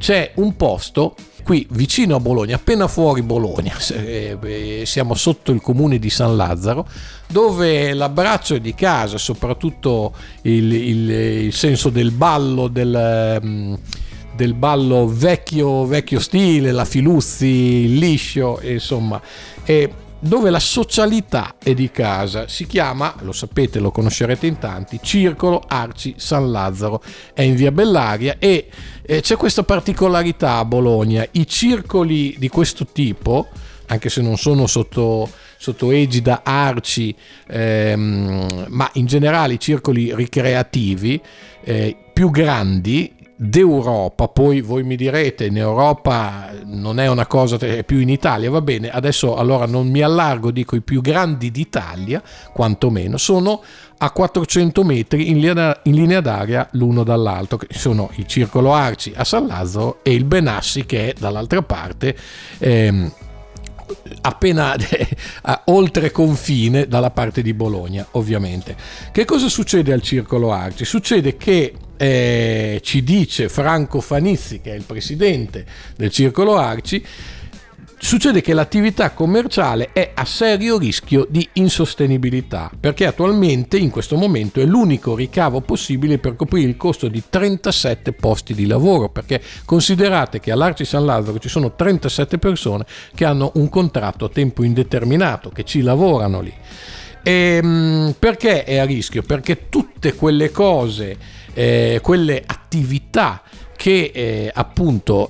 c'è un posto qui vicino a Bologna, appena fuori Bologna, siamo sotto il comune di San Lazzaro, dove l'abbraccio è di casa, soprattutto il senso del ballo, del ballo vecchio stile, la Filuzzi, il liscio, insomma, dove la socialità è di casa. Si chiama, lo sapete, lo conoscerete in tanti, Circolo Arci San Lazzaro, è in via Bellaria, e c'è questa particolarità a Bologna: i circoli di questo tipo, anche se non sono sotto egida Arci, ma in generale i circoli ricreativi più grandi d'Europa. Poi voi mi direte, in Europa non è una cosa, è più in Italia, va bene, adesso allora non mi allargo, dico i più grandi d'Italia, quantomeno, sono a 400 metri in linea d'aria l'uno dall'altro, che sono il Circolo Arci a San Lazzaro e il Benassi, che è dall'altra parte, appena oltre confine, dalla parte di Bologna, ovviamente. Che cosa succede al Circolo Arci? Succede che ci dice Franco Fanizzi, che è il presidente del Circolo Arci, succede che l'attività commerciale è a serio rischio di insostenibilità, perché attualmente, in questo momento, è l'unico ricavo possibile per coprire il costo di 37 posti di lavoro, perché considerate che all'Arci San Lazzaro ci sono 37 persone che hanno un contratto a tempo indeterminato, che ci lavorano lì. Perché è a rischio? Perché tutte quelle cose, quelle attività che appunto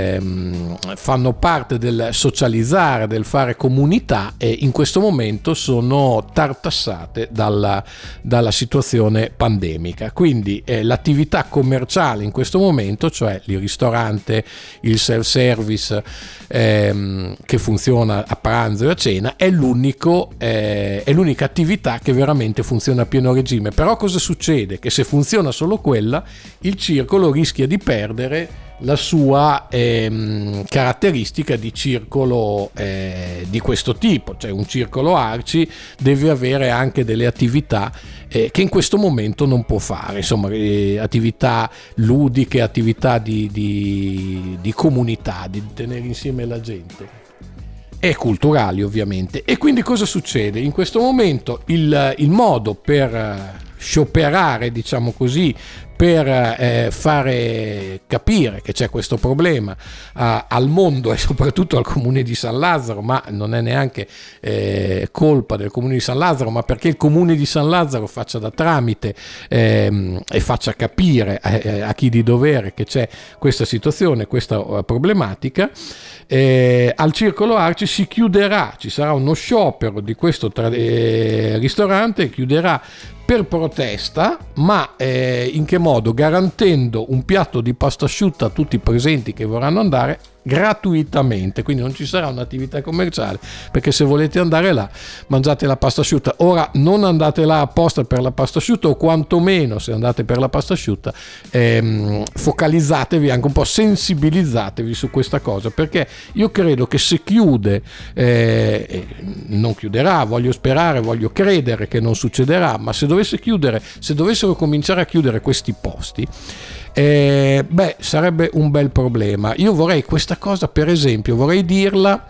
fanno parte del socializzare, del fare comunità, in questo momento sono tartassate dalla situazione pandemica. Quindi l'attività commerciale in questo momento, cioè il ristorante, il self-service che funziona a pranzo e a cena, è l'unica attività che veramente funziona a pieno regime. Però cosa succede? Che se funziona solo quella, il circolo rischia di perdere la sua caratteristica di circolo di questo tipo. Cioè, un circolo Arci deve avere anche delle attività che in questo momento non può fare, insomma, attività ludiche, attività di comunità, di tenere insieme la gente, e culturali, ovviamente. E quindi cosa succede? In questo momento il modo per scioperare, diciamo così, per fare capire che c'è questo problema al mondo e soprattutto al comune di San Lazzaro, ma non è neanche colpa del comune di San Lazzaro, ma perché il comune di San Lazzaro faccia da tramite e faccia capire a chi di dovere che c'è questa situazione, questa problematica. Al Circolo Arci si chiuderà, ci sarà uno sciopero di questo ristorante, chiuderà per protesta, ma in che modo? Garantendo un piatto di pasta asciutta a tutti i presenti che vorranno andare gratuitamente, quindi non ci sarà un'attività commerciale, perché se volete andare là mangiate la pasta asciutta. Ora non andate là apposta per la pasta asciutta, o quantomeno se andate per la pasta asciutta focalizzatevi anche un po', sensibilizzatevi su questa cosa, perché io credo che se chiude, non chiuderà, voglio credere che non succederà, ma se dovesse chiudere, se dovessero cominciare a chiudere questi posti, sarebbe un bel problema. Io vorrei questa cosa, per esempio, vorrei dirla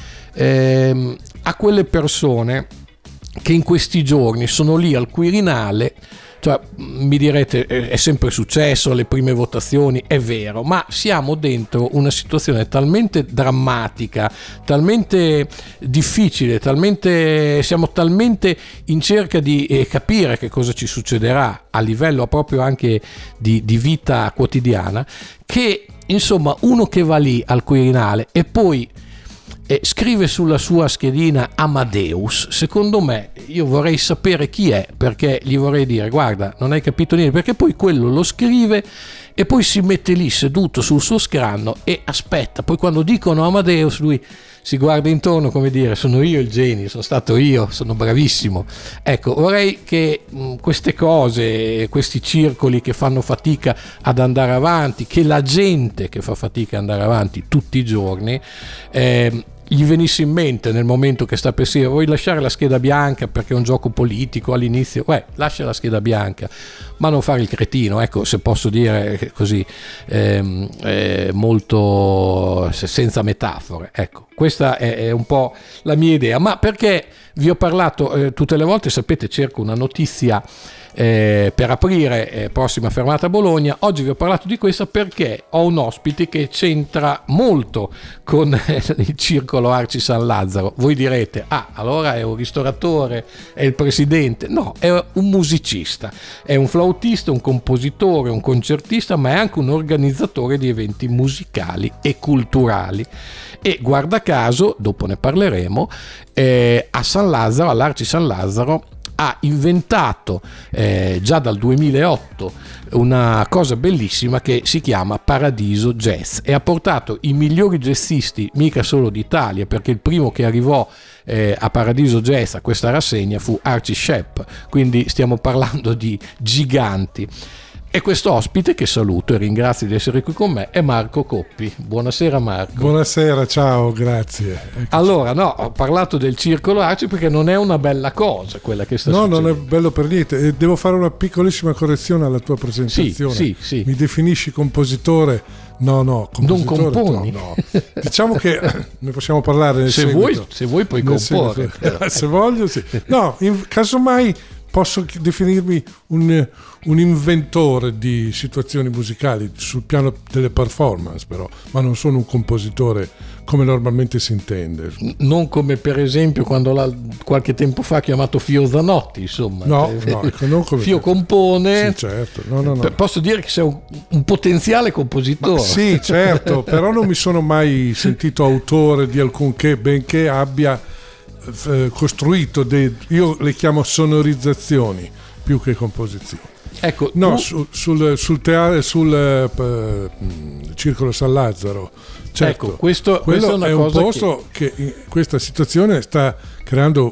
a quelle persone che in questi giorni sono lì al Quirinale. Cioè, mi direte, è sempre successo, le prime votazioni, è vero, ma siamo dentro una situazione talmente drammatica, talmente difficile, siamo talmente in cerca di capire che cosa ci succederà a livello proprio anche di vita quotidiana, che insomma uno che va lì al Quirinale e poi scrive sulla sua schedina Amadeus, secondo me, io vorrei sapere chi è, perché gli vorrei dire: guarda, non hai capito niente, perché poi quello lo scrive e poi si mette lì seduto sul suo scranno e aspetta, poi quando dicono Amadeus lui si guarda intorno come dire: sono io il genio, sono stato io, sono bravissimo. Ecco, vorrei che queste cose, questi circoli che fanno fatica ad andare avanti, che la gente che fa fatica ad andare avanti tutti i giorni, gli venisse in mente nel momento che sta per sì, vuoi lasciare la scheda bianca perché è un gioco politico all'inizio, lascia la scheda bianca, ma non fare il cretino, ecco, se posso dire così, molto senza metafore. Ecco, questa è un po' la mia idea. Ma perché vi ho parlato tutte le volte, sapete, cerco una notizia per aprire prossima fermata a Bologna. Oggi vi ho parlato di questa perché ho un ospite che c'entra molto con il Circolo Arci San Lazzaro. Voi direte, allora è un ristoratore, è il presidente? No, è un musicista, è un flautista, un compositore, un concertista, ma è anche un organizzatore di eventi musicali e culturali. E guarda caso, dopo ne parleremo, a San Lazzaro, all'Arci San Lazzaro, ha inventato già dal 2008 una cosa bellissima che si chiama Paradiso Jazz, e ha portato i migliori jazzisti, mica solo d'Italia, perché il primo che arrivò a Paradiso Jazz, a questa rassegna, fu Archie Shepp, quindi stiamo parlando di giganti. E questo ospite, che saluto e ringrazio di essere qui con me, è Marco Coppi. Buonasera Marco. Buonasera, ciao, grazie. Eccoci. Allora, ho parlato del Circolo Arci perché non è una bella cosa quella che sta succedendo. No, non è bello per niente. Devo fare una piccolissima correzione alla tua presentazione. Sì. Mi definisci compositore? No, compositore. Non componi? No. Diciamo che ne possiamo parlare nel seguito. Se vuoi puoi comporre. Se voglio, sì. No, casomai posso definirmi un inventore di situazioni musicali sul piano delle performance, però, ma non sono un compositore come normalmente si intende. Non come per esempio quando qualche tempo fa ha chiamato Fio Zanotti, insomma. No, non come Fio compone. Sì, certo. No. Posso dire che sei un potenziale compositore. Sì, certo, però non mi sono mai sentito autore di alcunché, benché abbia costruito io le chiamo sonorizzazioni più che composizioni. Ecco, no, sul teatro, sul Circolo San Lazzaro, certo, ecco, questo è una un cosa posto che in questa situazione sta creando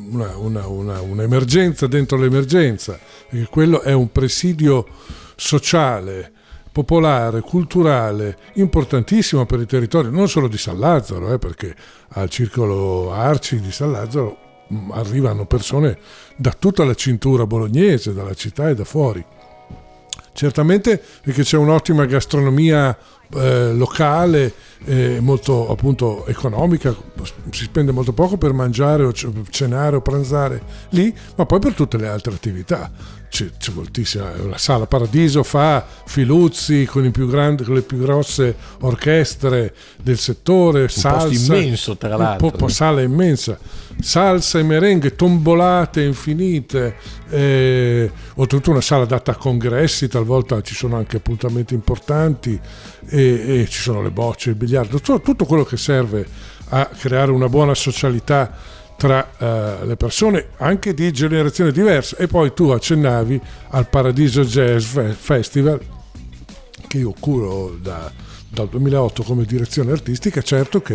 un'emergenza dentro l'emergenza, perché quello è un presidio sociale, popolare, culturale importantissimo per il territorio, non solo di San Lazzaro, perché al Circolo Arci di San Lazzaro arrivano persone da tutta la cintura bolognese, dalla città e da fuori. Certamente perché c'è un'ottima gastronomia locale, molto appunto economica, si spende molto poco per mangiare o cenare o pranzare lì, ma poi per tutte le altre attività c'è moltissima. La Sala Paradiso fa Filuzzi con le più grosse orchestre del settore, salsa, posto immenso tra l'altro, sala immensa, salsa e merengue, tombolate infinite, oltretutto una sala adatta a congressi, talvolta ci sono anche appuntamenti importanti, e ci sono le bocce, il biliardo, tutto quello che serve a creare una buona socialità tra le persone anche di generazioni diverse. E poi tu accennavi al Paradiso Jazz Festival, che io curo dal 2008 come direzione artistica. Certo che è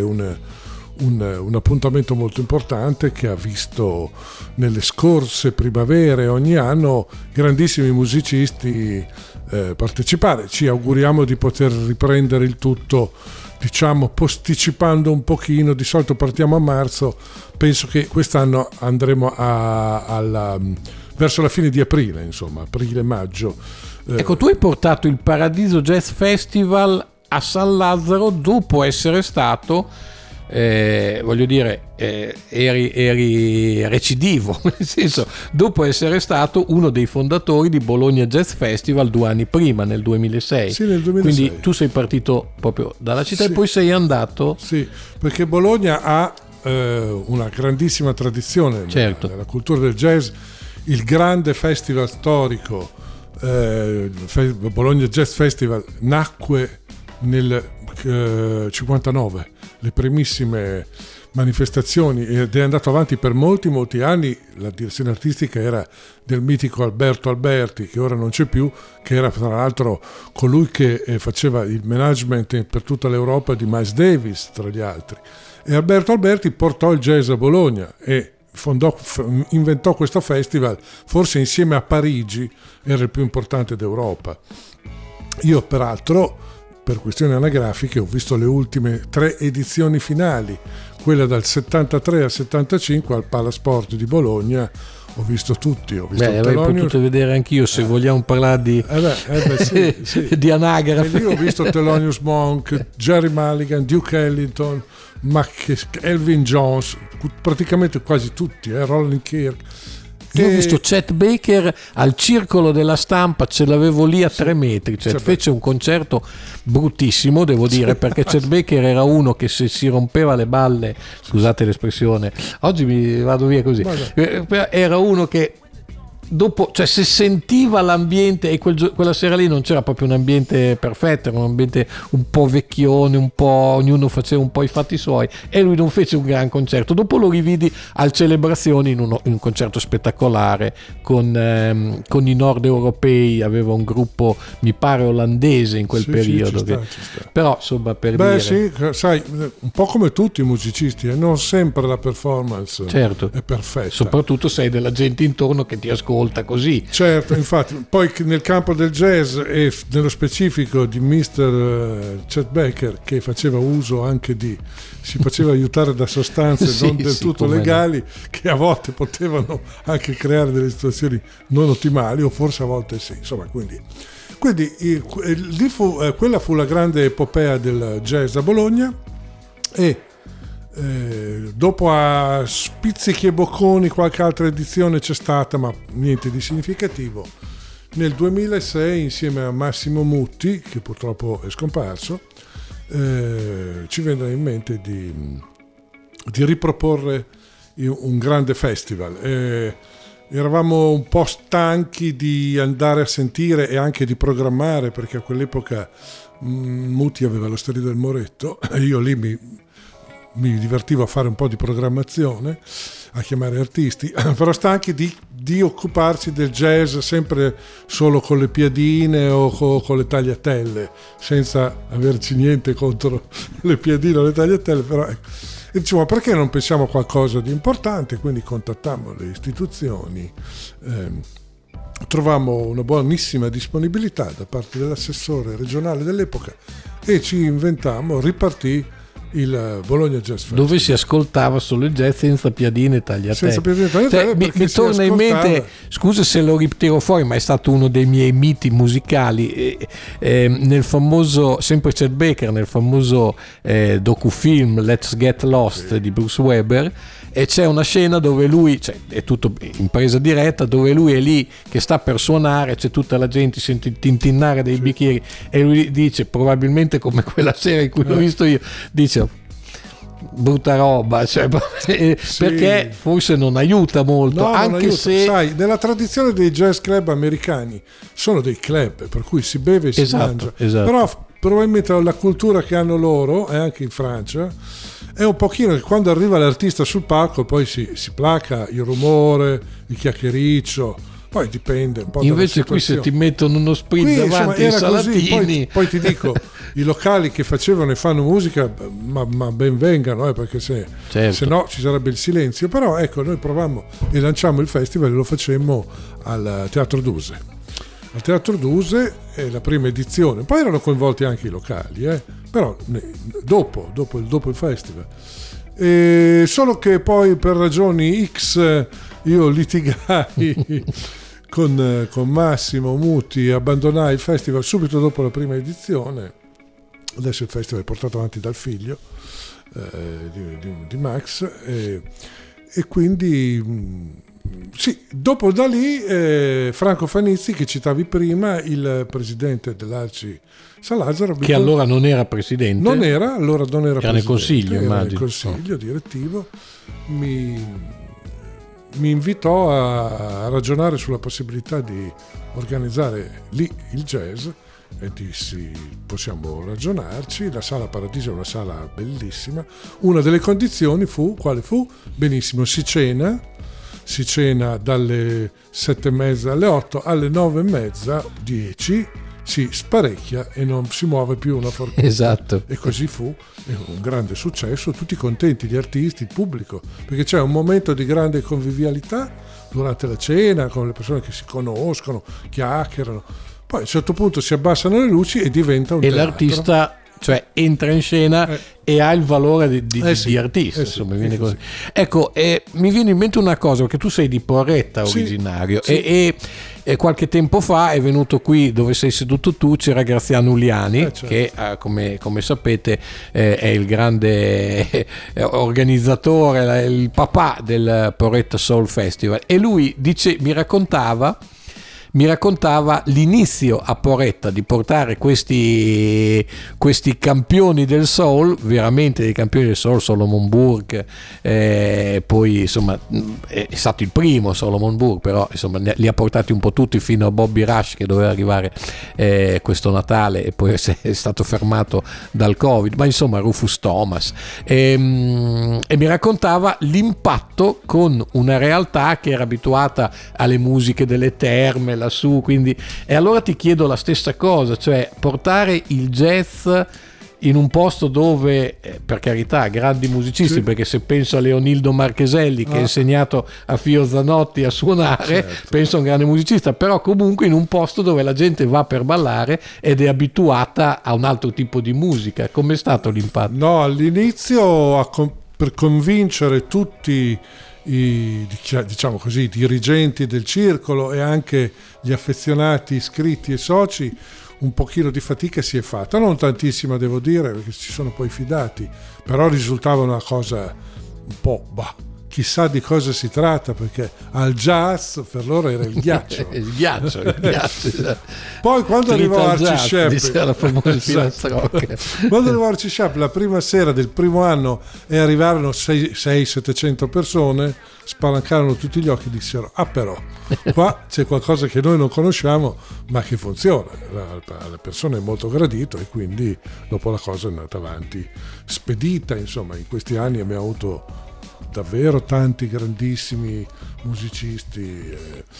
un appuntamento molto importante, che ha visto nelle scorse primavere ogni anno grandissimi musicisti partecipare. Ci auguriamo di poter riprendere il tutto, diciamo, posticipando un pochino. Di solito partiamo a marzo, penso che quest'anno andremo verso la fine di aprile, insomma, aprile-maggio. Ecco, tu hai portato il Paradiso Jazz Festival a San Lazzaro dopo essere stato, voglio dire, eri recidivo, nel senso, dopo essere stato uno dei fondatori di Bologna Jazz Festival 2 anni prima, nel 2006. Sì, nel 2006. Quindi tu sei partito proprio dalla città, sì, e poi sei andato. Sì, perché Bologna ha una grandissima tradizione, certo, nella cultura del jazz. Il grande festival storico, Bologna Jazz Festival, nacque nel 59, le primissime manifestazioni, ed è andato avanti per molti anni. La direzione artistica era del mitico Alberto Alberti, che ora non c'è più, che era tra l'altro colui che faceva il management per tutta l'Europa di Miles Davis, tra gli altri. E Alberto Alberti portò il jazz a Bologna e inventò questo festival, forse insieme a Parigi era il più importante d'Europa. Io peraltro, per questioni anagrafiche, ho visto le ultime 3 edizioni finali, quella dal 73 al 75 al Palasport di Bologna. Ho visto tutti, ho visto avrei potuto vedere anch'io, se vogliamo parlare di, sì. di anagrafe. E lì ho visto Thelonious Monk, Jerry Mulligan, Duke Ellington, Elvin Jones, praticamente quasi tutti, Roland Kirk. Io ho visto Chet Baker al Circolo della Stampa, ce l'avevo lì a 3 metri, fece un concerto bruttissimo, devo dire, perché Chet Baker era uno che se si rompeva le balle, scusate l'espressione, oggi mi vado via così, era uno che dopo, cioè se sentiva l'ambiente, e quella sera lì non c'era proprio un ambiente perfetto, era un ambiente un po' vecchione, un po', ognuno faceva un po' i fatti suoi, e lui non fece un gran concerto. Dopo lo rividi al Celebrazioni in un concerto spettacolare con i nord europei, aveva un gruppo mi pare olandese in quel periodo, ci sta. Però insomma, per dire, sì, sai, un po' come tutti i musicisti, non sempre la performance è perfetta, soprattutto se hai della gente intorno che ti ascolta così. Certo, infatti, poi nel campo del jazz e nello specifico di Mr. Chet Baker, che faceva uso anche si faceva aiutare da sostanze non del tutto legali, che a volte potevano anche creare delle situazioni non ottimali, o forse a volte sì, insomma, quindi quella fu la grande epopea del jazz a Bologna, e dopo a spizzichi e bocconi qualche altra edizione c'è stata, ma niente di significativo. Nel 2006, insieme a Massimo Mutti, che purtroppo è scomparso, ci venne in mente di riproporre un grande festival. Eravamo un po' stanchi di andare a sentire e anche di programmare, perché a quell'epoca Mutti aveva l'Osteria del Moretto e io lì mi divertivo a fare un po' di programmazione, a chiamare artisti, però stanchi di occuparsi del jazz sempre solo con le piadine o con le tagliatelle, senza averci niente contro le piadine o le tagliatelle, però ecco. E diciamo, perché non pensiamo a qualcosa di importante? Quindi contattammo le istituzioni, trovammo una buonissima disponibilità da parte dell'assessore regionale dell'epoca e ci inventammo, ripartì il Bologna Jazz Festival, dove si ascoltava solo il jazz senza piadine e tagliatelle. Mi torna in mente, scusa se lo ritiro fuori, ma è stato uno dei miei miti musicali, nel famoso, sempre Chet Baker, nel famoso docufilm Let's Get Lost di Bruce Weber, e c'è una scena dove lui, è tutto in presa diretta, dove lui è lì che sta per suonare, c'è tutta la gente, sente il tintinnare dei bicchieri, e lui dice, probabilmente come quella sera in cui l'ho visto io, dice brutta roba, perché forse non aiuta molto, anche se sai, nella tradizione dei jazz club americani sono dei club per cui si beve e si mangia, però probabilmente la cultura che hanno loro, e anche in Francia, è un pochino che quando arriva l'artista sul palco poi si placa il rumore, il chiacchiericcio, poi dipende un po'. Invece qui se ti mettono uno spritz davanti ai salatini, poi ti dico, i locali che facevano e fanno musica, ma ben vengano, perché se no ci sarebbe il silenzio. Però ecco, noi provammo e lanciamo il festival e lo facemmo al Teatro Duse. Al Teatro Duse è la prima edizione, poi erano coinvolti anche i locali, però dopo il festival. Solo che poi per ragioni X io litigai con Massimo Mutti e abbandonai il festival subito dopo la prima edizione. Adesso il festival è portato avanti dal figlio di Max, e quindi sì, dopo da lì Franco Fanizzi, che citavi prima, il presidente dell'Arci San Lazzaro, che allora non era presidente, era nel consiglio, era nel consiglio direttivo, mi invitò a ragionare sulla possibilità di organizzare lì il jazz, e dissi possiamo ragionarci. La Sala Paradiso è una sala bellissima, una delle condizioni quale fu? Benissimo, si cena dalle 7:30 alle 8, alle 9:30, 10 si sparecchia e non si muove più una forchetta. Esatto. E così fu, un grande successo, tutti contenti, gli artisti, il pubblico, perché c'è un momento di grande convivialità durante la cena con le persone che si conoscono, chiacchierano, poi a un certo punto si abbassano le luci e diventa un teatro. L'artista cioè entra in scena e ha il valore di artista, insomma, viene così. Ecco, mi viene in mente una cosa, perché tu sei di Porretta originario, e qualche tempo fa è venuto qui dove sei seduto tu, c'era Graziano Uliani, certo, che come sapete è il grande organizzatore, il papà del Porretta Soul Festival, e lui mi raccontava l'inizio a Porretta di portare questi campioni del soul, veramente dei campioni del soul, Solomon Burke, poi insomma è stato il primo Solomon Burke, però insomma li ha portati un po' tutti fino a Bobby Rush, che doveva arrivare questo Natale e poi è stato fermato dal Covid, ma insomma Rufus Thomas, e mi raccontava l'impatto con una realtà che era abituata alle musiche delle terme lassù, quindi, e allora ti chiedo la stessa cosa, cioè portare il jazz in un posto dove, per carità, grandi musicisti, perché se penso a Leonildo Marcheselli che ha insegnato a Fio Zanotti a suonare, certo, penso a un grande musicista, però comunque in un posto dove la gente va per ballare ed è abituata a un altro tipo di musica. Com'è stato l'impatto? No, all'inizio per convincere tutti diciamo così, i dirigenti del circolo e anche gli affezionati iscritti e soci, un pochino di fatica si è fatta, non tantissima devo dire, perché ci sono poi fidati, però risultava una cosa un po' chissà di cosa si tratta, perché al jazz per loro era il ghiaccio. il ghiaccio. Poi quando arrivò Archie Shepp, la prima sera del primo anno e arrivarono 600-700 persone, spalancarono tutti gli occhi e dissero: però qua c'è qualcosa che noi non conosciamo ma che funziona, alle persone è molto gradito, e quindi dopo la cosa è andata avanti spedita. Insomma, in questi anni abbiamo avuto davvero tanti grandissimi musicisti,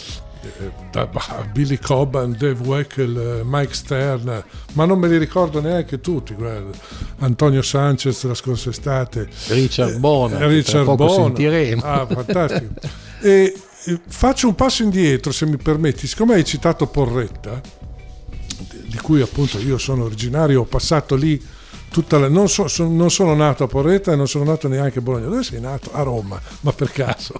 da Billy Cobham, Dave Weckl, Mike Stern, ma non me li ricordo neanche tutti, guarda. Antonio Sanchez la scorsa estate, Richard Bona, sentiremo. Fantastico. E faccio un passo indietro, se mi permetti, siccome hai citato Porretta, di cui appunto io sono originario, ho passato lì non sono nato a Porretta e non sono nato neanche a Bologna. Dove sei nato? A Roma, ma per caso.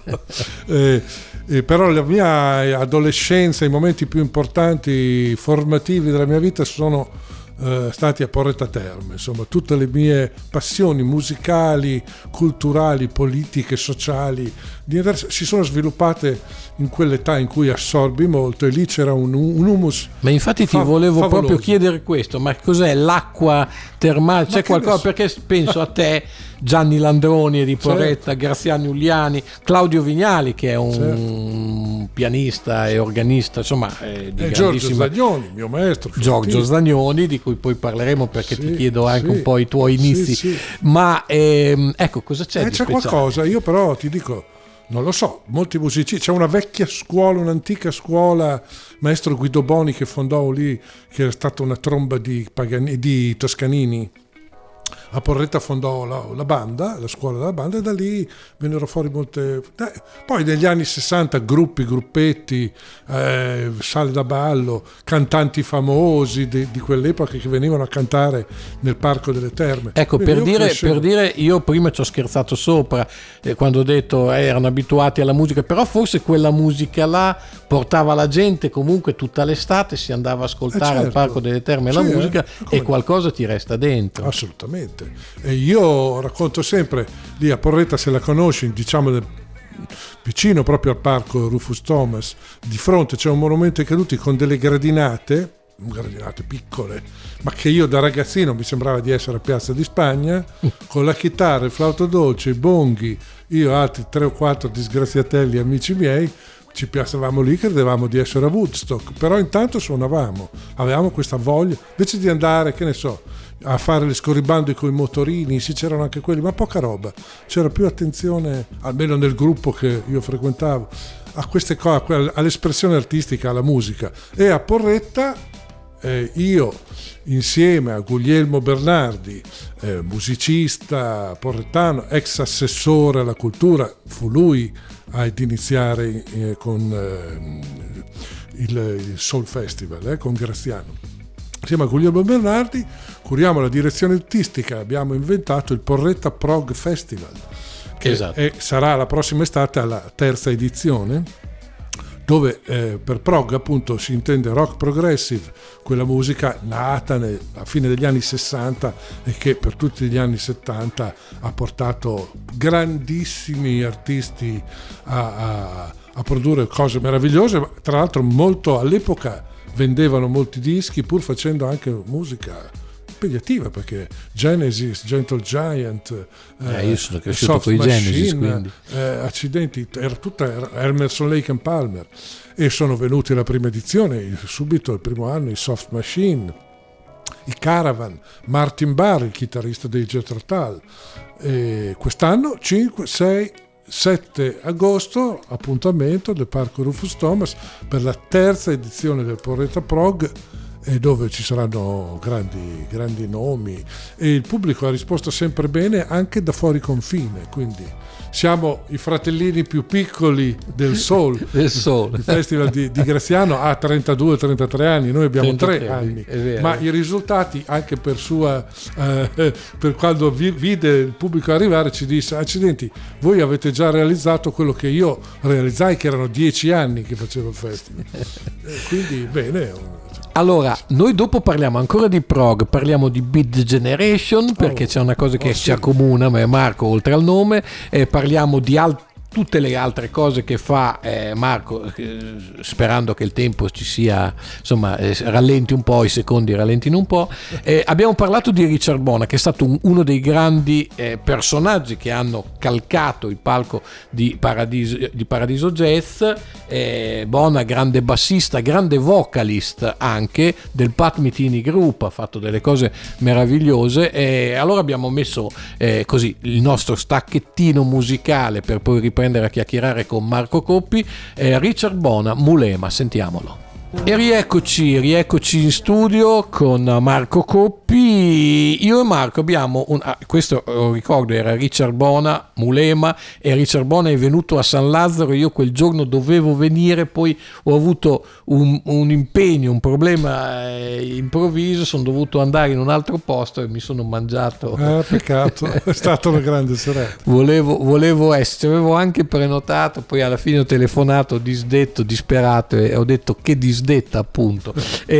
Però la mia adolescenza, i momenti più importanti formativi della mia vita sono stati a Porretta Terme. Insomma, tutte le mie passioni musicali, culturali, politiche, sociali si sono sviluppate in quell'età in cui assorbi molto, e lì c'era un humus. Ma infatti ti volevo favoloso. Proprio chiedere questo: ma cos'è l'acqua termale? C'è qualcosa? Perché penso a te, Gianni Landroni di Porretta, certo, Graziano Uliani, Claudio Vignali che è un pianista e organista, insomma, di Giorgio Zagnoni, mio maestro. Giorgio Zagnoni, di cui poi parleremo, perché ti chiedo anche un po' i tuoi inizi. Ma ecco, cosa c'è di speciale? C'è qualcosa, io però ti dico, non lo so, molti musicisti, c'è una vecchia scuola, un'antica scuola, maestro Guido Boni che fondò lì, che era stata una tromba di Toscanini. A Porretta fondò la banda, la scuola della banda, e da lì vennero fuori molte. Poi negli anni 60 gruppetti, sale da ballo, cantanti famosi di quell'epoca che venivano a cantare nel Parco delle Terme. Ecco, per dire, io prima ci ho scherzato sopra quando ho detto erano abituati alla musica, però forse quella musica là portava la gente comunque tutta l'estate, si andava a ascoltare al Parco delle Terme la musica, e qualcosa ti resta dentro. Assolutamente. E io racconto sempre lì a Porretta, se la conosci, diciamo vicino proprio al parco Rufus Thomas, di fronte c'è un monumento ai caduti con delle gradinate piccole, ma che io da ragazzino mi sembrava di essere a Piazza di Spagna, con la chitarra, il flauto dolce, i bonghi, io altri 3 o 4 disgraziatelli amici miei, ci piazzavamo lì, credevamo di essere a Woodstock, però intanto suonavamo, avevamo questa voglia, invece di andare, che ne so, a fare le scorribande con i motorini, sì, c'erano anche quelli, ma poca roba, c'era più attenzione, almeno nel gruppo che io frequentavo, a queste cose, all'espressione artistica, alla musica. E a Porretta io, insieme a Guglielmo Bernardi, musicista porrettano, ex assessore alla cultura, fu lui ad iniziare con il Soul Festival, con Graziano. insieme a Guglielmo Bernardi curiamo la direzione artistica, abbiamo inventato il Porretta Prog Festival, che sarà la prossima estate alla 3ª edizione, dove per prog appunto si intende rock progressive, quella musica nata a fine degli anni 60 e che per tutti gli anni 70 ha portato grandissimi artisti a produrre cose meravigliose, ma tra l'altro molto all'epoca vendevano molti dischi pur facendo anche musica impegnativa, perché Genesis, Gentle Giant, io sono cresciuto con i Genesis, quindi accidenti, era tutta Emerson, Lake and Palmer, e sono venuti alla prima edizione subito il primo anno i Soft Machine, i Caravan, Martin Barr, il chitarrista dei Jethro Tull. E quest'anno 5, 6, 7 agosto appuntamento del Parco Rufus Thomas per la 3ª edizione del Porretta Prog, e dove ci saranno grandi nomi, e il pubblico ha risposto sempre bene anche da fuori confine, quindi siamo i fratellini più piccoli del Soul. Il Festival di Graziano ha 32-33 anni, noi abbiamo 3 anni, ma i risultati anche per quando vide il pubblico arrivare ci disse: accidenti, voi avete già realizzato quello che io realizzai, che erano 10 anni che facevo il festival. Quindi bene. Allora, noi dopo parliamo ancora di prog, parliamo di Beat Generation, perché c'è una cosa che ci accomuna a me e Marco oltre al nome, parliamo di tutte le altre cose che fa Marco, sperando che il tempo ci sia, insomma, rallenti un po', i secondi rallentino un po'. Abbiamo parlato di Richard Bona, che è stato uno dei personaggi che hanno calcato il palco di Paradiso Jazz. Bona, grande bassista, grande vocalist anche del Pat Metheny Group, ha fatto delle cose meravigliose, e allora abbiamo messo così il nostro stacchettino musicale per poi riprendere a chiacchierare con Marco Coppi. Richard Bona, Mulema, sentiamolo. E rieccoci in studio con Marco Coppi. Io e Marco abbiamo questo ricordo, era Richard Bona, Mulema, e Richard Bona è venuto a San Lazzaro. Io quel giorno dovevo venire, poi ho avuto un impegno, un problema improvviso, sono dovuto andare in un altro posto e mi sono mangiato. Peccato, è stata una grande serata. Volevo essere, avevo anche prenotato, poi alla fine ho telefonato disdetto, disperato, e ho detto che disdetta appunto.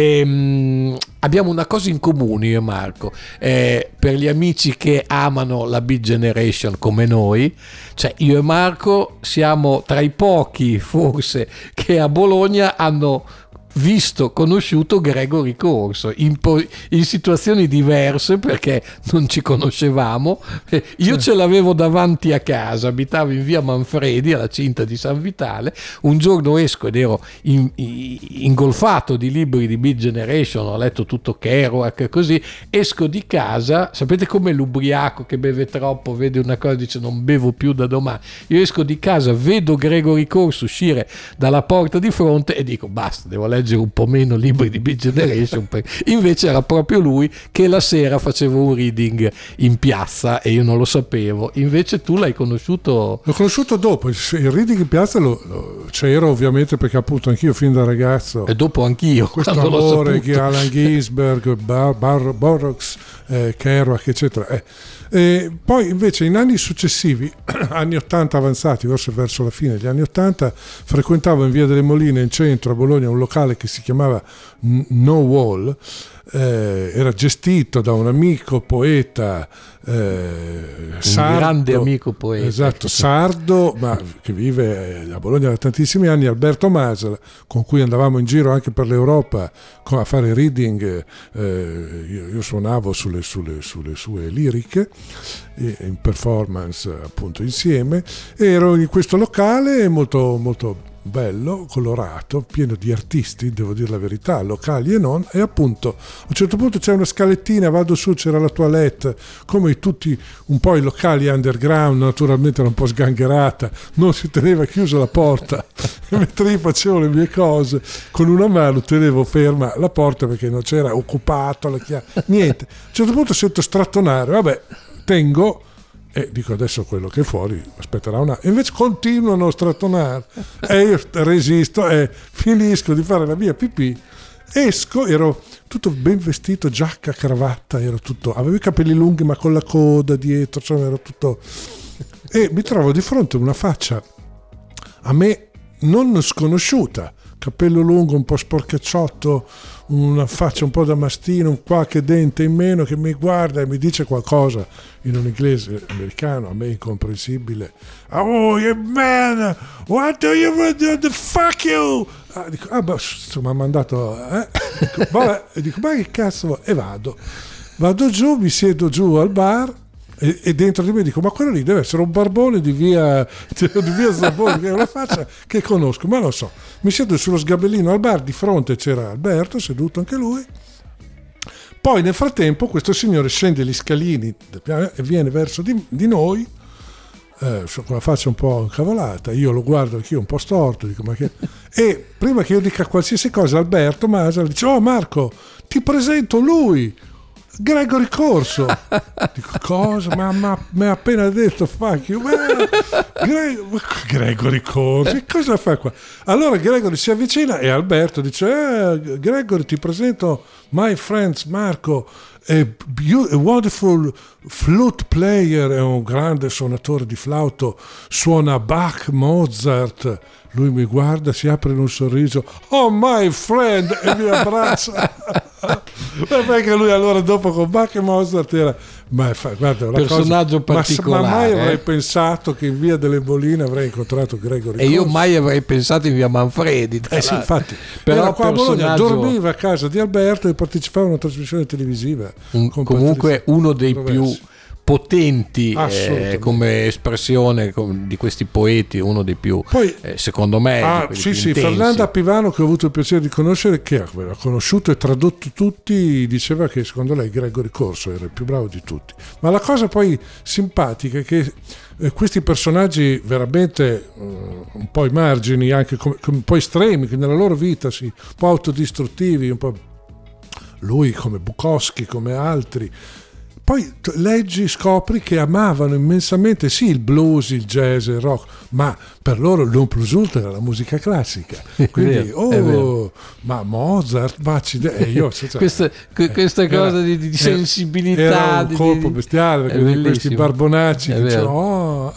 Abbiamo una cosa in comune io e Marco, per gli amici che amano la Beat Generation come noi, cioè io e Marco siamo tra i pochi forse che a Bologna hanno conosciuto Gregory Corso in situazioni diverse, perché non ci conoscevamo. Io ce l'avevo davanti a casa, abitavo in via Manfredi alla Cinta di San Vitale. Un giorno esco ed ero ingolfato di libri di Beat Generation, ho letto tutto Kerouac, così esco di casa, sapete come l'ubriaco che beve troppo vede una cosa e dice non bevo più da domani. Io esco di casa, vedo Gregory Corso uscire dalla porta di fronte e dico basta, devo leggere un po' meno libri di Beat Generation. Invece era proprio lui che la sera faceva un reading in piazza e io non lo sapevo. Invece tu l'hai conosciuto? L'ho conosciuto dopo, il reading in piazza c'ero ovviamente, perché appunto anch'io fin da ragazzo, e dopo anch'io questo amore che Allen Ginsberg, Burroughs, Kerouac eccetera. Poi invece in anni successivi, anni 80 avanzati, forse verso la fine degli anni 80, frequentavo in via delle Moline in centro a Bologna un locale che si chiamava No Wall. Era gestito da un amico poeta sardo, un grande amico poeta, esatto, sardo, ma che vive a Bologna da tantissimi anni, Alberto Masala, con cui andavamo in giro anche per l'Europa a fare reading. Io suonavo sulle sue liriche in performance appunto insieme. Ero in questo locale molto molto bello, colorato, pieno di artisti, devo dire la verità, locali e non, e appunto a un certo punto c'è una scalettina, vado su, c'era la toilette, come tutti un po' i locali underground, naturalmente era un po' sgangherata, non si teneva chiusa la porta e mentre io facevo le mie cose con una mano tenevo ferma la porta perché non c'era occupato la chiave, niente. A un certo punto sento strattonare, vabbè, tengo e dico adesso quello che è fuori aspetterà una, e invece continuano a strattonare e io resisto e finisco di fare la mia pipì Esco, ero tutto ben vestito, giacca, cravatta, avevo i capelli lunghi ma con la coda dietro, cioè ero tutto... E mi trovo di fronte a una faccia a me non sconosciuta, capello lungo, un po' sporcacciotto, una faccia un po' da mastino, un qualche dente in meno, che mi guarda e mi dice qualcosa in un inglese americano a me incomprensibile. Oh, you man, what do you do? The fuck you? Dico, mi ha mandato, dico, vabbè, e dico, ma che cazzo? E vado giù, mi siedo giù al bar. E dentro di me dico, ma quello lì deve essere un barbone di via Zaboni, che è una faccia che conosco, ma non so. Mi siedo sullo sgabellino al bar, di fronte c'era Alberto, seduto anche lui. Poi nel frattempo questo signore scende gli scalini e viene verso di noi, con la faccia un po' incavolata. Io lo guardo anch'io un po' storto, dico, ma che... E prima che io dica qualsiasi cosa, Alberto Masala dice, oh Marco, ti presento lui, Gregory Corso. Dico, cosa? Ma mi ha appena detto fuck you. Gregory Corso, che cosa fa qua? Allora Gregory si avvicina e Alberto dice, Gregory, ti presento my friends Marco, a wonderful flute player, è un grande suonatore di flauto, suona Bach, Mozart. Lui mi guarda, si apre in un sorriso, oh my friend, e mi abbraccia. Perché lui allora dopo con Bach e Mozart era, guarda, una personaggio cosa, particolare. Ma mai avrei pensato che in via delle Boline avrei incontrato Gregory Corso. Io mai avrei pensato in via Manfredi. Sì, infatti, però era qua a Bologna, dormiva a casa di Alberto e partecipava a una trasmissione televisiva. Comunque uno dei più potenti come espressione di questi poeti, uno dei più, poi, secondo me, sì, Fernanda Pivano, che ho avuto il piacere di conoscere, che ha conosciuto e tradotto tutti, diceva che secondo lei Gregory Corso era il più bravo di tutti. Ma la cosa poi simpatica è che questi personaggi veramente un po' ai margini, anche un po' estremi, che nella loro vita un po' autodistruttivi, un po' lui come Bukowski, come altri. Poi leggi, scopri che amavano immensamente sì il blues, il jazz, il rock, ma per loro il non plus ultra era la musica classica. Quindi, ma Mozart, io, questa cosa di sensibilità. Era un colpo bestiale, perché questi barbonacci che dicevano,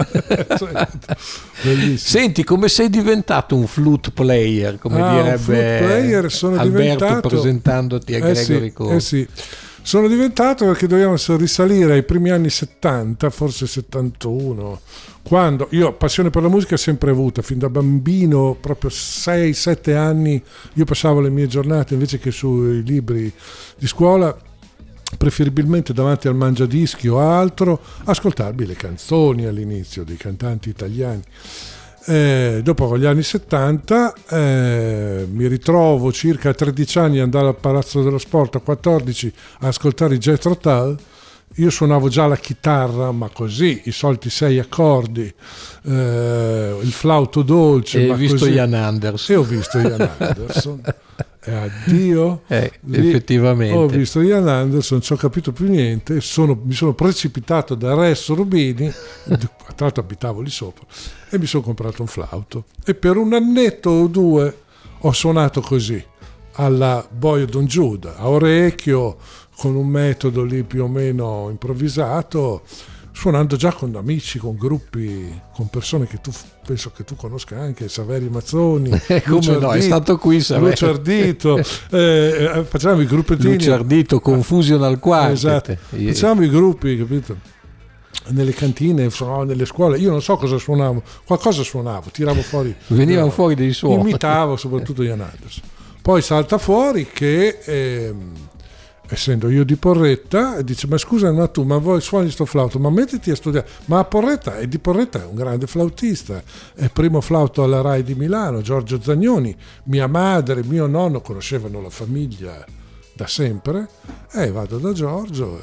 Senti, come sei diventato un flute player, come direbbe flute player sono Alberto presentandoti a Gregory Corso. Sì. Sono diventato perché dobbiamo risalire ai primi anni 70, forse 71, quando io passione per la musica ho sempre avuta, fin da bambino, proprio 6-7 anni, io passavo le mie giornate invece che sui libri di scuola, preferibilmente davanti al mangiadischi o altro, ascoltarmi le canzoni all'inizio dei cantanti italiani. Dopo con gli anni 70 mi ritrovo circa a 13 anni ad andare al Palazzo dello Sport, a 14 a ascoltare i Jethro Tull. Io suonavo già la chitarra, ma così, i soliti 6 accordi, il flauto dolce. E ho visto Ian Anderson. E ho visto Ian Anderson. Addio. Effettivamente. Ho visto Ian Anderson, non ci ho capito più niente, mi sono precipitato da Resso Rubini, tra l'altro abitavo lì sopra, e mi sono comprato un flauto. E per un annetto o 2 ho suonato così, alla Boio Don Giuda, a orecchio, con un metodo lì più o meno improvvisato, suonando già con amici, con gruppi, con persone che tu penso che tu conosca anche, Saverio Mazzoni, come no, è stato qui Saverio. Lucio Ardito, facciamo i gruppettini, Lucio Ardito, Confusional Quartet, esatto. Facciamo i gruppi, capito? Nelle cantine, nelle scuole, io non so cosa suonavo, qualcosa suonavo, tiravo fuori, venivano fuori dei suoni, imitavo soprattutto Ian Anderson. Poi salta fuori che essendo io di Porretta, dice, ma scusa, ma tu, ma voi suoni sto flauto, ma mettiti a studiare. Ma a Porretta, e di Porretta è un grande flautista, è primo flauto alla Rai di Milano, Giorgio Zagnoni. Mia madre, mio nonno conoscevano la famiglia da sempre, e vado da Giorgio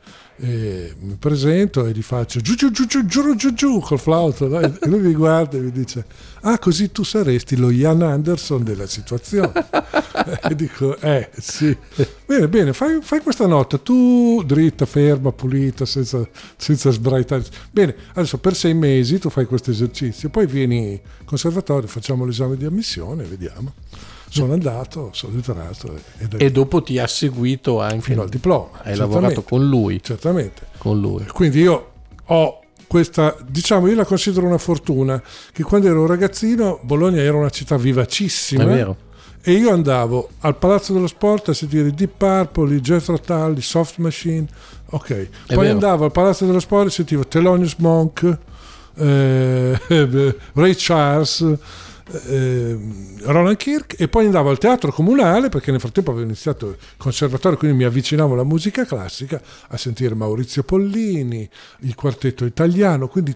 e mi presento e gli faccio giù col flauto, no? E lui mi guarda e mi dice, così tu saresti lo Ian Anderson della situazione. E dico, sì, bene, fai questa nota, tu dritta, ferma, pulita, senza sbraitare. Bene, adesso per 6 mesi tu fai questo esercizio, poi vieni al conservatorio, facciamo l'esame di ammissione e vediamo. sono andato, sono entrato e dopo ti ha seguito anche fino al diploma. Hai lavorato con lui. Certamente. Con lui. Quindi io ho questa, diciamo, io la considero una fortuna, che quando ero ragazzino Bologna era una città vivacissima. È vero. E io andavo al Palazzo dello Sport a sentire Deep Purple, i Jethro Tull, i Soft Machine, ok. Poi andavo al Palazzo dello Sport e sentivo Thelonious Monk, Ray Charles, Roland Kirk, e poi andavo al Teatro Comunale, perché nel frattempo avevo iniziato il conservatorio, quindi mi avvicinavo alla musica classica a sentire Maurizio Pollini, il quartetto italiano, quindi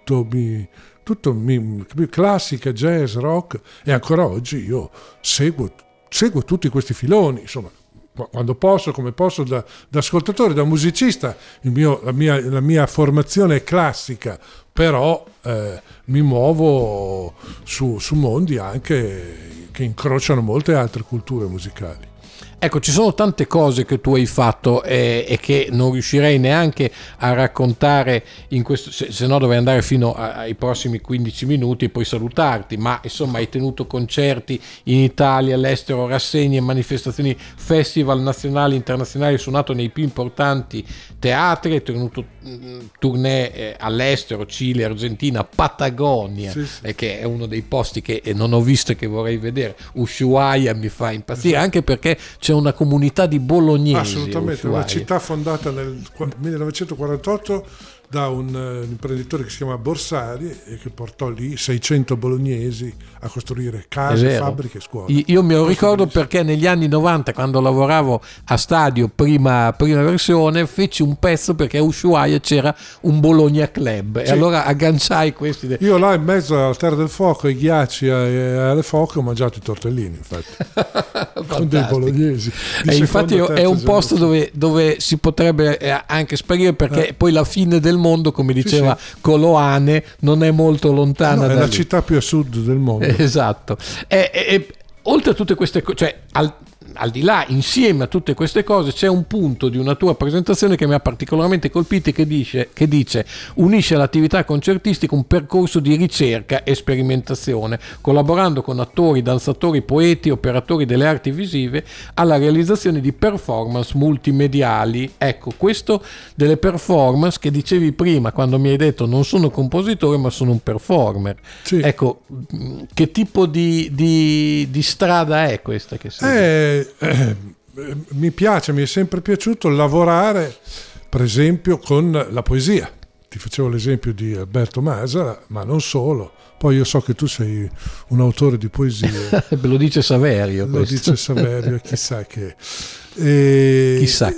classica, jazz, rock, e ancora oggi io seguo tutti questi filoni, insomma, quando posso, come posso, da ascoltatore, da musicista. La mia formazione è classica, però mi muovo su mondi anche che incrociano molte altre culture musicali. Ecco, ci sono tante cose che tu hai fatto e che non riuscirei neanche a raccontare in questo, se no dovrei andare fino ai prossimi 15 minuti e poi salutarti, ma insomma hai tenuto concerti in Italia, all'estero, rassegne, manifestazioni, festival nazionali e internazionali, hai suonato nei più importanti teatri, hai tenuto tournée all'estero, Cile, Argentina, Patagonia, sì. Che è uno dei posti che non ho visto e che vorrei vedere. Ushuaia mi fa impazzire, anche perché c'è una comunità di bolognesi. Assolutamente, una città fondata nel 1948 da un imprenditore che si chiama Borsari e che portò lì 600 bolognesi a costruire case, fabbriche e scuole. Io me lo ricordo perché negli anni 90, quando lavoravo a Stadio, prima versione, feci un pezzo perché a Ushuaia c'era un Bologna Club, sì. E allora agganciai questi. Io là in mezzo alla Terra del Fuoco, ai ghiacci e alle foche ho mangiato i tortellini, infatti, con dei bolognesi. E infatti è un posto dove si potrebbe anche sparire, perché poi la fine del mondo, come diceva Coloane, non è molto lontana. No, è la città più a sud del mondo. Esatto. E oltre a tutte queste cose, cioè al di là, insieme a tutte queste cose, c'è un punto di una tua presentazione che mi ha particolarmente colpito, che dice unisce l'attività concertistica un percorso di ricerca e sperimentazione, collaborando con attori, danzatori, poeti, operatori delle arti visive alla realizzazione di performance multimediali. Ecco, questo delle performance che dicevi prima quando mi hai detto non sono compositore ma sono un performer. Sì. Ecco, che tipo di strada è questa che sei? Mi è sempre piaciuto lavorare, per esempio, con la poesia. Ti facevo l'esempio di Alberto Masala, ma non solo. Poi io so che tu sei un autore di poesie. Lo dice Saverio. Lo dice Saverio, chissà che. Chissà.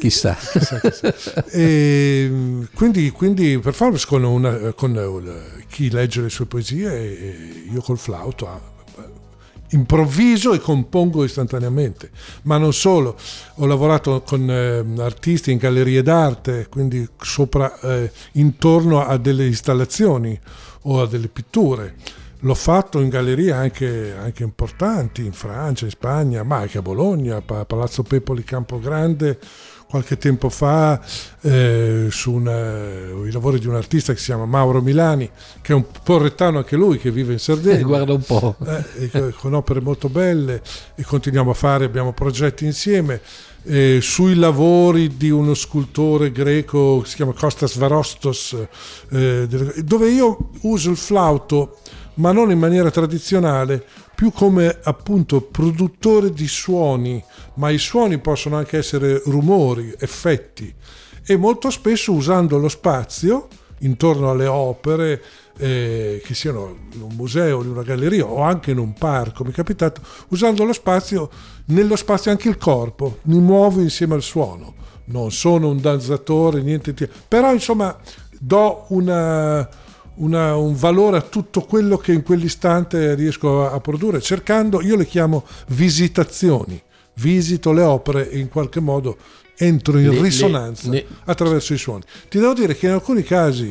Quindi performance con chi legge le sue poesie e io col flauto improvviso e compongo istantaneamente. Ma non solo, ho lavorato con artisti in gallerie d'arte, quindi intorno a delle installazioni o a delle pitture. L'ho fatto in gallerie anche importanti in Francia, in Spagna, ma anche a Bologna, Palazzo Pepoli Campogrande, qualche tempo fa, su i lavori di un artista che si chiama Mauro Milani, che è un porrettano anche lui, che vive in Sardegna. Guarda un po'. Con opere molto belle, e continuiamo a fare, abbiamo progetti insieme. Sui lavori di uno scultore greco che si chiama Kostas Varostos, dove io uso il flauto, ma non in maniera tradizionale, più come appunto produttore di suoni, ma i suoni possono anche essere rumori, effetti, e molto spesso usando lo spazio intorno alle opere, che siano in un museo, in una galleria o anche in un parco, mi è capitato, usando lo spazio, nello spazio anche il corpo, mi muovo insieme al suono. Non sono un danzatore, niente, però insomma do un valore a tutto quello che in quell'istante riesco a produrre, cercando, io le chiamo visitazioni, visito le opere e in qualche modo entro in risonanza attraverso i suoni. Ti devo dire che in alcuni casi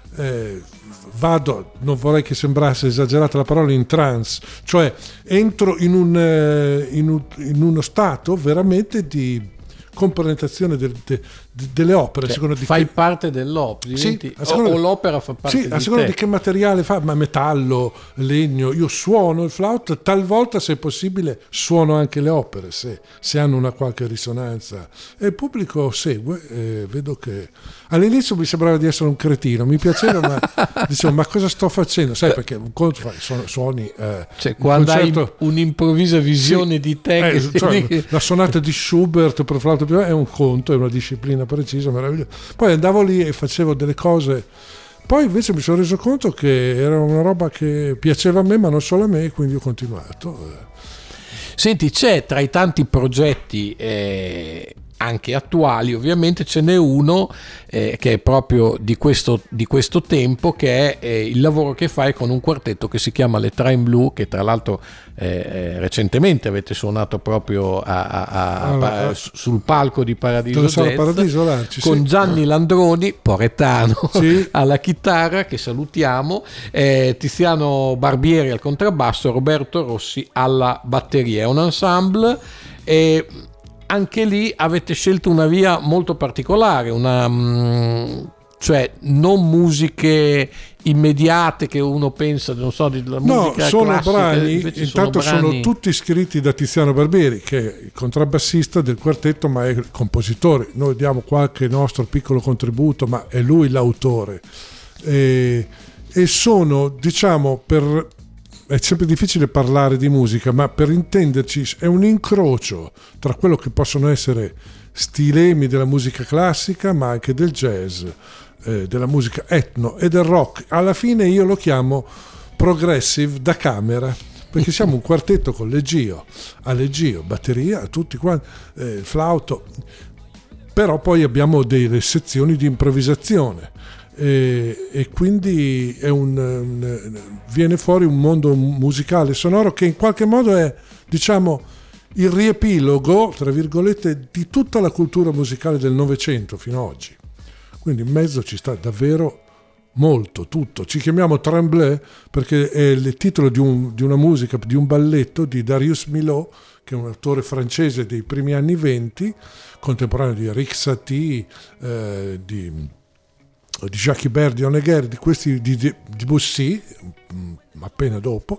non vorrei che sembrasse esagerata la parola, in trance, cioè entro in uno stato veramente di componentazione delle opere. Cioè, secondo di fai parte dell'opera, o l'opera fa parte di te. A seconda di che materiale fa, ma metallo, legno. Io suono il flauto, talvolta se è possibile suono anche le opere se hanno una qualche risonanza, e il pubblico segue. Vedo che all'inizio mi sembrava di essere un cretino, mi piaceva, ma dicevo, ma cosa sto facendo? Sai, perché un conto fai suoni cioè, quando concerto, hai un'improvvisa visione di te cioè, la sonata di Schubert per flauto è un conto, è una disciplina precisa, meravigliosa. Poi andavo lì e facevo delle cose, poi invece mi sono reso conto che era una roba che piaceva a me, ma non solo a me, quindi ho continuato. Senti, c'è tra i tanti progetti anche attuali, ovviamente ce n'è uno che è proprio di questo tempo, che è il lavoro che fai con un quartetto che si chiama Le Train Blue, che tra l'altro recentemente avete suonato proprio sul palco di Paradiso Jazz, Paradiso, con Gianni Landroni, poretano, alla chitarra, che salutiamo, Tiziano Barbieri al contrabbasso, Roberto Rossi alla batteria. È un ensemble, e anche lì avete scelto una via molto particolare, cioè non musiche immediate che uno pensa, non so, della musica sono classica. Brani, intanto sono tutti scritti da Tiziano Barbieri, che è il contrabbassista del quartetto, ma è il compositore. Noi diamo qualche nostro piccolo contributo, ma è lui l'autore. E sono, diciamo, è sempre difficile parlare di musica, ma per intenderci è un incrocio tra quello che possono essere stilemi della musica classica, ma anche del jazz, della musica etno e del rock. Alla fine io lo chiamo progressive da camera, perché siamo un quartetto con Leggio, batteria, tutti quanti, flauto, però poi abbiamo delle sezioni di improvvisazione. E quindi viene fuori un mondo musicale sonoro che in qualche modo è, diciamo, il riepilogo, tra virgolette, di tutta la cultura musicale del Novecento fino ad oggi. Quindi in mezzo ci sta davvero molto, tutto. Ci chiamiamo Tremblay perché è il titolo di una musica, di un balletto di Darius Milhaud, che è un autore francese dei primi anni 20, contemporaneo di Rick Satie, di Jacques Ibert, di Honegger, di questi di Debussy, appena dopo,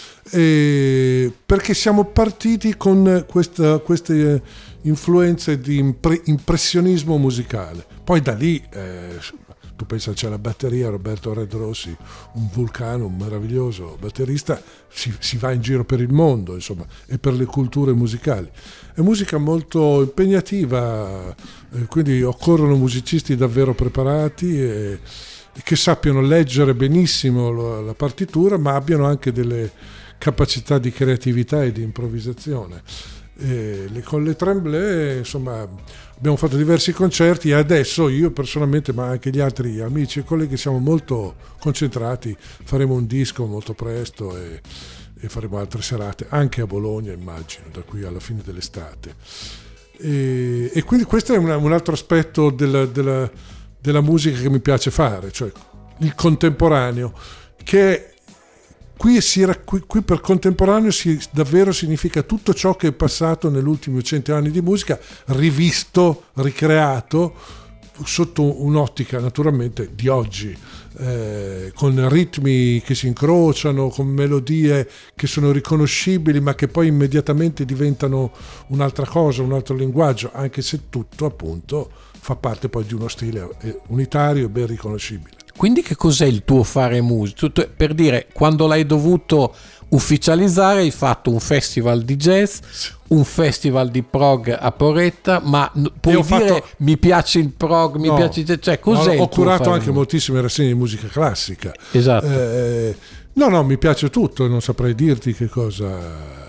perché siamo partiti con queste influenze di impressionismo musicale. Poi da lì tu pensa, c'è la batteria, Roberto Red Rossi, un vulcano, un meraviglioso batterista, si va in giro per il mondo, insomma, e per le culture musicali. È musica molto impegnativa, quindi occorrono musicisti davvero preparati e che sappiano leggere benissimo la partitura, ma abbiano anche delle capacità di creatività e di improvvisazione. Con le Tremblay, insomma, abbiamo fatto diversi concerti e adesso io personalmente, ma anche gli altri amici e colleghi, siamo molto concentrati. Faremo un disco molto presto e faremo altre serate anche a Bologna, immagino, da qui alla fine dell'estate. E quindi questo è un altro aspetto della musica che mi piace fare, cioè il contemporaneo, che qui per contemporaneo davvero significa tutto ciò che è passato negli ultimi 100 anni di musica, rivisto, ricreato sotto un'ottica naturalmente di oggi, con ritmi che si incrociano, con melodie che sono riconoscibili ma che poi immediatamente diventano un'altra cosa, un altro linguaggio, anche se tutto appunto fa parte poi di uno stile unitario e ben riconoscibile. Quindi che cos'è il tuo fare musica? Per dire, quando l'hai dovuto ufficializzare hai fatto un festival di jazz, un festival di prog a Porretta, ma puoi dire mi piace il prog, mi piace il jazz, cioè cos'è? Ho curato anche moltissime rassegne di musica classica. Esatto. No, mi piace tutto, non saprei dirti che cosa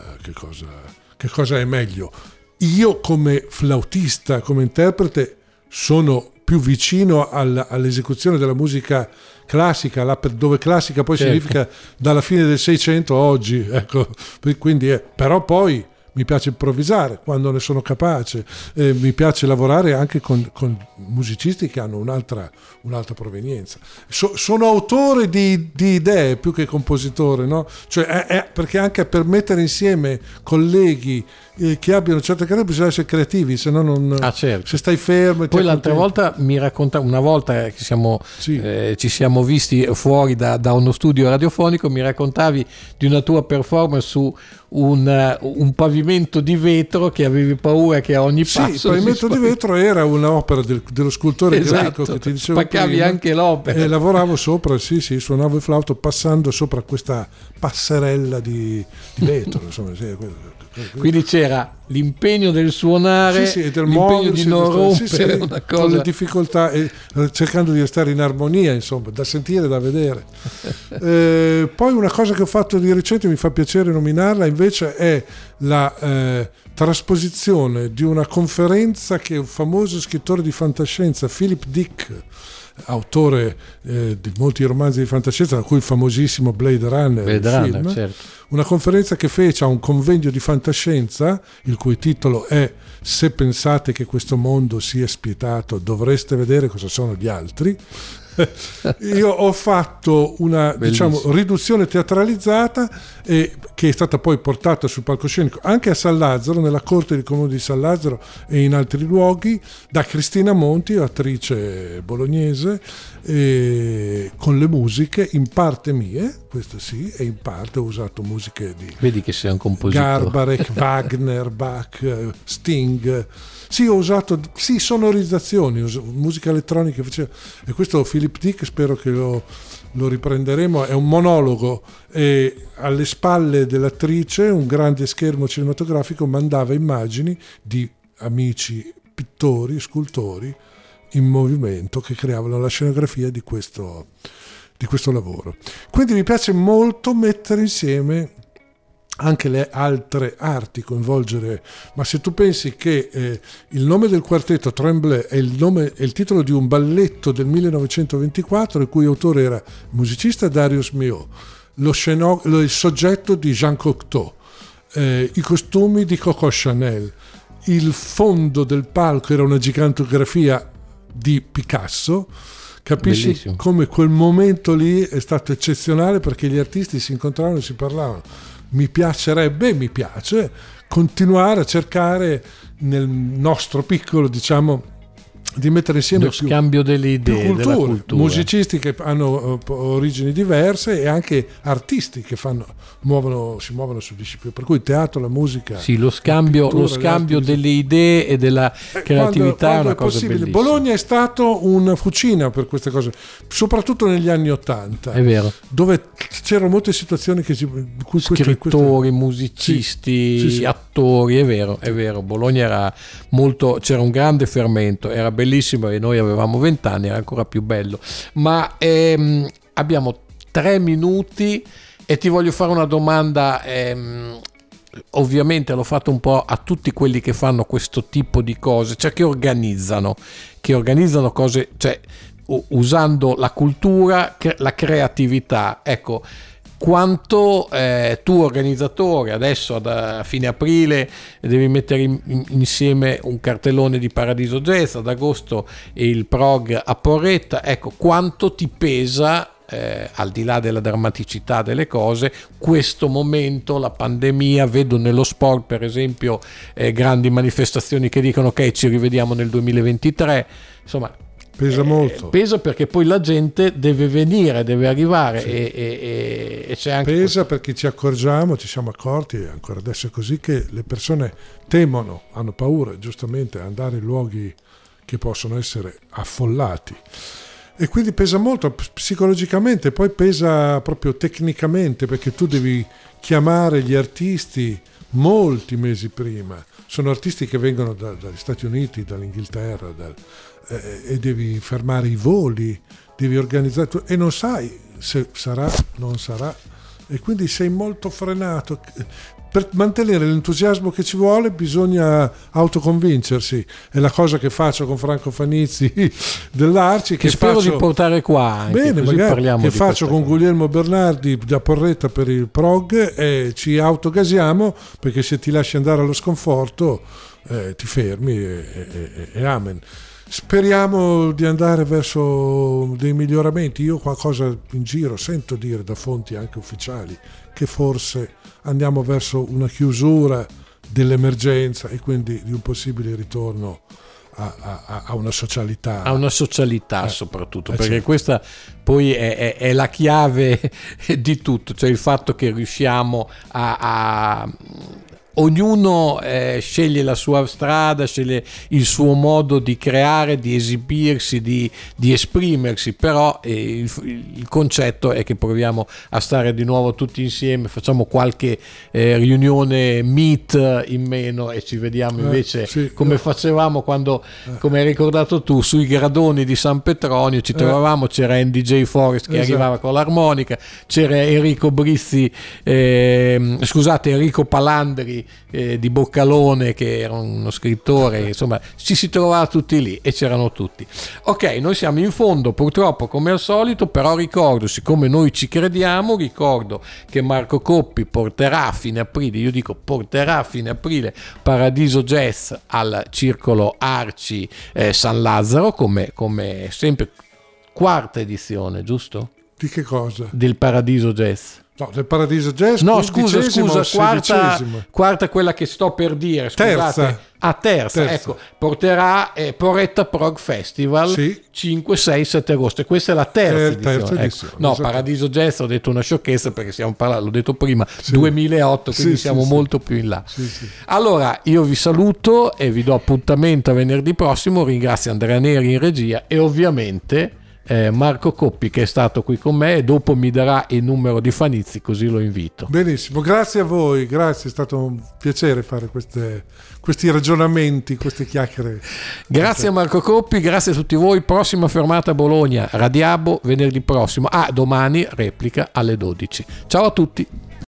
è meglio. Io come flautista, come interprete, sono più vicino all'esecuzione della musica classica, dove classica poi significa dalla fine del 600 a oggi, ecco. Quindi però poi mi piace improvvisare quando ne sono capace, mi piace lavorare anche con musicisti che hanno un'altra provenienza. Sono autore di idee più che compositore, no? Cioè, perché anche per mettere insieme colleghi che abbiano certe caratteristiche bisogna essere creativi, se no non, certo. Se stai fermo. Poi l'altra volta mi racconta, una volta che ci siamo visti fuori da uno studio radiofonico, mi raccontavi di una tua performance su un pavimento di vetro che avevi paura che a ogni passo il pavimento di vetro era un'opera dello scultore greco che ti dicevo spaccavi prima, anche l'opera, e lavoravo sopra, suonavo il flauto passando sopra questa passerella di vetro, insomma, quindi c'era l'impegno del suonare, e del l'impegno di non rompere una cosa, con le difficoltà e cercando di restare in armonia, insomma, da sentire e da vedere. Poi una cosa che ho fatto di recente, mi fa piacere nominarla, invece è la trasposizione di una conferenza che un famoso scrittore di fantascienza, Philip Dick, autore di molti romanzi di fantascienza, da cui il famosissimo Blade Runner, film, certo. Una conferenza che fece a un convegno di fantascienza, il cui titolo è "Se pensate che questo mondo sia spietato, dovreste vedere cosa sono gli altri". Io ho fatto una riduzione teatralizzata che è stata poi portata sul palcoscenico anche a San Lazzaro, nella corte del comune di San Lazzaro e in altri luoghi, da Cristina Monti, attrice bolognese, con le musiche in parte mie, questo sì, e in parte ho usato musiche di Vedi che sei un compositore. Garbarek, Wagner, Bach, Sting. Sì, ho usato sonorizzazioni, musica elettronica, e questo Philip Dick, spero che lo riprenderemo, è un monologo, e alle spalle dell'attrice un grande schermo cinematografico mandava immagini di amici pittori, scultori in movimento che creavano la scenografia di questo lavoro. Quindi mi piace molto mettere insieme anche le altre arti, coinvolgere, ma se tu pensi che il nome del quartetto Tremblay è il titolo di un balletto del 1924, il cui autore era il musicista Darius Milhaud, il soggetto di Jean Cocteau, i costumi di Coco Chanel, il fondo del palco era una gigantografia di Picasso. Capisci Bellissimo. Come quel momento lì è stato eccezionale, perché gli artisti si incontravano e si parlavano. Mi piace continuare a cercare nel nostro piccolo, diciamo, di mettere insieme lo scambio delle idee, più della cultura, musicisti che hanno origini diverse e anche artisti che si muovono su discipline, per cui il teatro, la musica, lo scambio delle idee e della creatività quando è una è cosa possibile. bellissima. Bologna è stato una fucina per queste cose, soprattutto negli anni '80, è vero, dove c'erano molte situazioni scrittori, musicisti, attori, è vero, Bologna era molto, c'era un grande fermento, era bellissimo, e noi avevamo 20 anni, era ancora più bello. Ma abbiamo 3 minuti e ti voglio fare una domanda. Ovviamente l'ho fatto un po' a tutti quelli che fanno questo tipo di cose, cioè che organizzano cose, cioè usando la cultura, la creatività. Ecco, quanto tu organizzatore adesso a fine aprile devi mettere insieme un cartellone di Paradiso Jazz, ad agosto il prog a Porretta, ecco, quanto ti pesa, al di là della drammaticità delle cose, questo momento, la pandemia? Vedo nello sport per esempio grandi manifestazioni che dicono ok, ci rivediamo nel 2023, insomma pesa molto. Pesa perché poi la gente deve venire, deve arrivare, sì. e c'è anche pesa perché ci siamo accorti, ancora adesso è così, che le persone temono, hanno paura giustamente ad andare in luoghi che possono essere affollati, e quindi pesa molto psicologicamente, poi pesa proprio tecnicamente, perché tu devi chiamare gli artisti molti mesi prima. Sono artisti che vengono dagli Stati Uniti, dall'Inghilterra, e devi fermare i voli, devi organizzare e non sai se sarà, non sarà, e quindi sei molto frenato. per mantenere l'entusiasmo che ci vuole bisogna autoconvincersi. È la cosa che faccio con Franco Fanizzi dell'Arci, che spero di portare qua anche, bene, così magari, parliamo che di faccio con cosa. Guglielmo Bernardi da Porretta per il prog, e ci autogasiamo, perché se ti lasci andare allo sconforto ti fermi e amen. Speriamo di andare verso dei miglioramenti. Io qualcosa in giro sento dire da fonti anche ufficiali che forse andiamo verso una chiusura dell'emergenza e quindi di un possibile ritorno a una socialità. A una socialità soprattutto, perché certo. Questa poi è la chiave di tutto, cioè il fatto che riusciamo ognuno sceglie la sua strada, sceglie il suo modo di creare, di esibirsi, di esprimersi, però il concetto è che proviamo a stare di nuovo tutti insieme, facciamo qualche riunione meet in meno e ci vediamo invece come facevamo quando, come hai ricordato tu, sui gradoni di San Petronio ci trovavamo, c'era NDJ Forest che arrivava con l'armonica, c'era Enrico Brizzi, Enrico Palandri di Boccalone, che era uno scrittore, insomma ci si trovava tutti lì e c'erano tutti. Ok, noi siamo in fondo purtroppo come al solito, però ricordo, siccome noi ci crediamo, ricordo che Marco Coppi porterà a fine aprile Paradiso Jazz al Circolo Arci San Lazzaro, come sempre, quarta edizione, giusto? Di che cosa? Del Paradiso Jazz. No, del Paradiso Jazz. No, scusa, quarta quella che sto per dire, scusate. Terza. Ecco, porterà Porretta Prog Festival 5, 6, 7 agosto. Questa è la terza edizione. Ecco. No, Paradiso Jazz, ho detto una sciocchezza perché stiamo parlando, l'ho detto prima, 2008, quindi siamo molto più in là. Allora, io vi saluto e vi do appuntamento a venerdì prossimo. Ringrazio Andrea Neri in regia e ovviamente Marco Coppi, che è stato qui con me, e dopo mi darà il numero di Fanizzi, così lo invito. Benissimo, grazie a voi, grazie, è stato un piacere fare questi ragionamenti, queste chiacchiere. Grazie a Marco Coppi, grazie a tutti voi. Prossima fermata a Bologna, Radiabo venerdì prossimo, domani replica alle 12. Ciao a tutti.